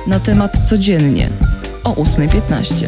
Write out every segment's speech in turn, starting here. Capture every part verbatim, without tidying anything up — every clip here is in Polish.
Na temat codziennie o ósma piętnaście.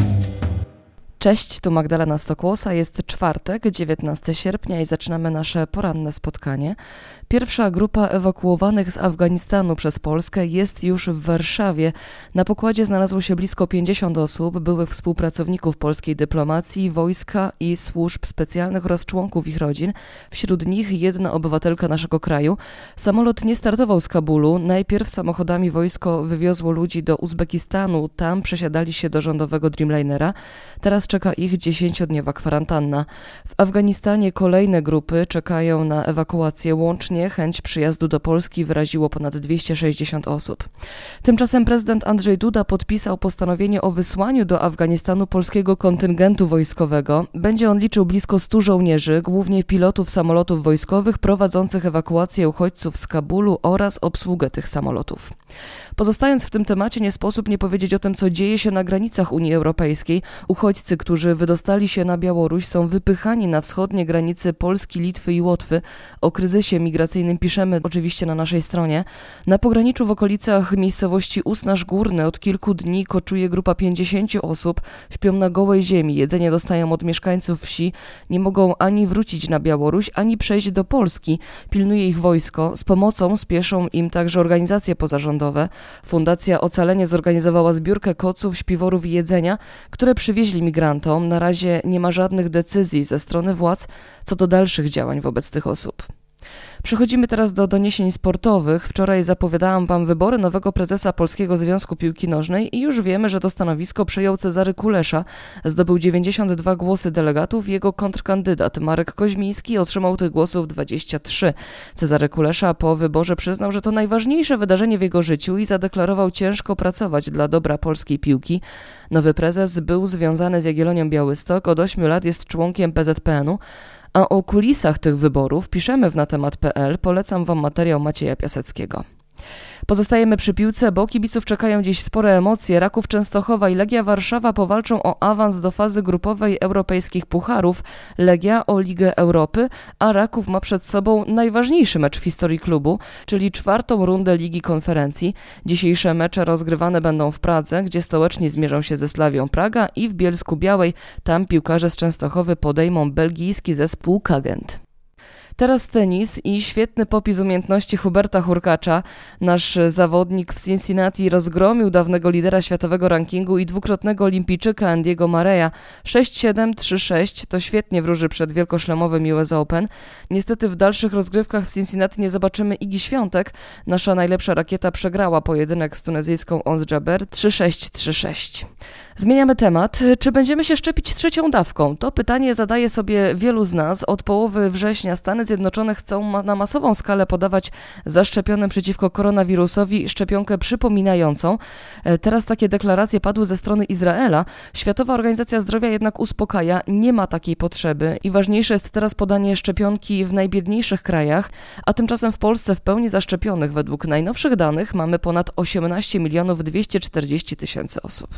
Cześć, tu Magdalena Stokłosa, jest czwartek, dziewiętnastego sierpnia i zaczynamy nasze poranne spotkanie. Pierwsza grupa ewakuowanych z Afganistanu przez Polskę jest już w Warszawie. Na pokładzie znalazło się blisko pięćdziesiąt osób, byłych współpracowników polskiej dyplomacji, wojska i służb specjalnych oraz członków ich rodzin. Wśród nich jedna obywatelka naszego kraju. Samolot nie startował z Kabulu. Najpierw samochodami wojsko wywiozło ludzi do Uzbekistanu. Tam przesiadali się do rządowego Dreamlinera. Teraz czeka ich dziesięciodniowa kwarantanna. W Afganistanie kolejne grupy czekają na ewakuację. Łącznie chęć przyjazdu do Polski wyraziło ponad dwieście sześćdziesiąt osób. Tymczasem prezydent Andrzej Duda podpisał postanowienie o wysłaniu do Afganistanu polskiego kontyngentu wojskowego. Będzie on liczył blisko stu żołnierzy, głównie pilotów samolotów wojskowych prowadzących ewakuację uchodźców z Kabulu oraz obsługę tych samolotów. Pozostając w tym temacie, nie sposób nie powiedzieć o tym, co dzieje się na granicach Unii Europejskiej. Uchodźcy, którzy wydostali się na Białoruś, są wypychani na wschodnie granice Polski, Litwy i Łotwy. O kryzysie migracyjnym piszemy oczywiście na naszej stronie. Na pograniczu w okolicach miejscowości Usnarz Górny od kilku dni koczuje grupa pięćdziesięciu osób. Śpią na gołej ziemi, jedzenie dostają od mieszkańców wsi. Nie mogą ani wrócić na Białoruś, ani przejść do Polski. Pilnuje ich wojsko. Z pomocą spieszą im także organizacje pozarządowe. Fundacja Ocalenie zorganizowała zbiórkę koców, śpiworów i jedzenia, które przywieźli migrantom. Na razie nie ma żadnych decyzji ze strony władz co do dalszych działań wobec tych osób. Przechodzimy teraz do doniesień sportowych. Wczoraj zapowiadałam Wam wybory nowego prezesa Polskiego Związku Piłki Nożnej i już wiemy, że to stanowisko przejął Cezary Kulesza. Zdobył dziewięćdziesiąt dwa głosy delegatów. Jego kontrkandydat Marek Koźmiński otrzymał tych głosów dwadzieścia trzy. Cezary Kulesza po wyborze przyznał, że to najważniejsze wydarzenie w jego życiu i zadeklarował ciężko pracować dla dobra polskiej piłki. Nowy prezes był związany z Jagiellonią Białystok, od ośmiu lat jest członkiem P Z P N u. A o kulisach tych wyborów piszemy w na temat kropka p l. Polecam Wam materiał Macieja Piaseckiego. Pozostajemy przy piłce, bo kibiców czekają dziś spore emocje. Raków Częstochowa i Legia Warszawa powalczą o awans do fazy grupowej europejskich pucharów. Legia o Ligę Europy, a Raków ma przed sobą najważniejszy mecz w historii klubu, czyli czwartą rundę Ligi Konferencji. Dzisiejsze mecze rozgrywane będą w Pradze, gdzie stołeczni zmierzą się ze Slawią Praga, i w Bielsku Białej. Tam piłkarze z Częstochowy podejmą belgijski zespół Kagent. Teraz tenis i świetny popis umiejętności Huberta Hurkacza. Nasz zawodnik w Cincinnati rozgromił dawnego lidera światowego rankingu i dwukrotnego olimpijczyka Andiego Murraya. sześć siedem, trzy sześć to świetnie wróży przed wielkoszlemowym U S Open. Niestety w dalszych rozgrywkach w Cincinnati nie zobaczymy Igi Świątek. Nasza najlepsza rakieta przegrała pojedynek z tunezyjską Ons Jabeur trzy sześć, trzy sześć. Zmieniamy temat. Czy będziemy się szczepić trzecią dawką? To pytanie zadaje sobie wielu z nas. Od połowy września Stany Zjednoczone chcą na masową skalę podawać zaszczepionym przeciwko koronawirusowi szczepionkę przypominającą. Teraz takie deklaracje padły ze strony Izraela. Światowa Organizacja Zdrowia jednak uspokaja, nie ma takiej potrzeby i ważniejsze jest teraz podanie szczepionki w najbiedniejszych krajach, a tymczasem w Polsce w pełni zaszczepionych według najnowszych danych mamy ponad osiemnaście milionów dwieście czterdzieści tysięcy osób.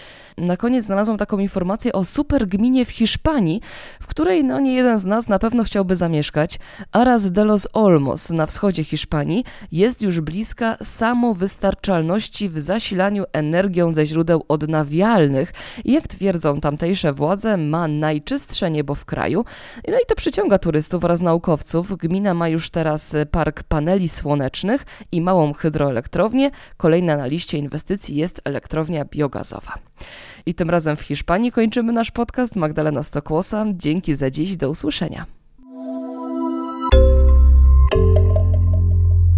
Na koniec znalazłam taką informację o super gminie w Hiszpanii, w której no nie jeden z nas na pewno chciałby zamieszkać. Aras de los Olmos na wschodzie Hiszpanii jest już bliska samowystarczalności w zasilaniu energią ze źródeł odnawialnych. I jak twierdzą tamtejsze władze, ma najczystsze niebo w kraju. No i to przyciąga turystów oraz naukowców. Gmina ma już teraz park paneli słonecznych i małą hydroelektrownię. Kolejna na liście inwestycji jest elektrownia biogazowa. I tym razem w Hiszpanii kończymy nasz podcast. Magdalena Stokłosa. Dzięki za dziś. Do usłyszenia.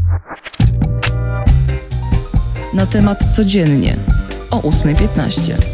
Na temat codziennie o ósma piętnaście.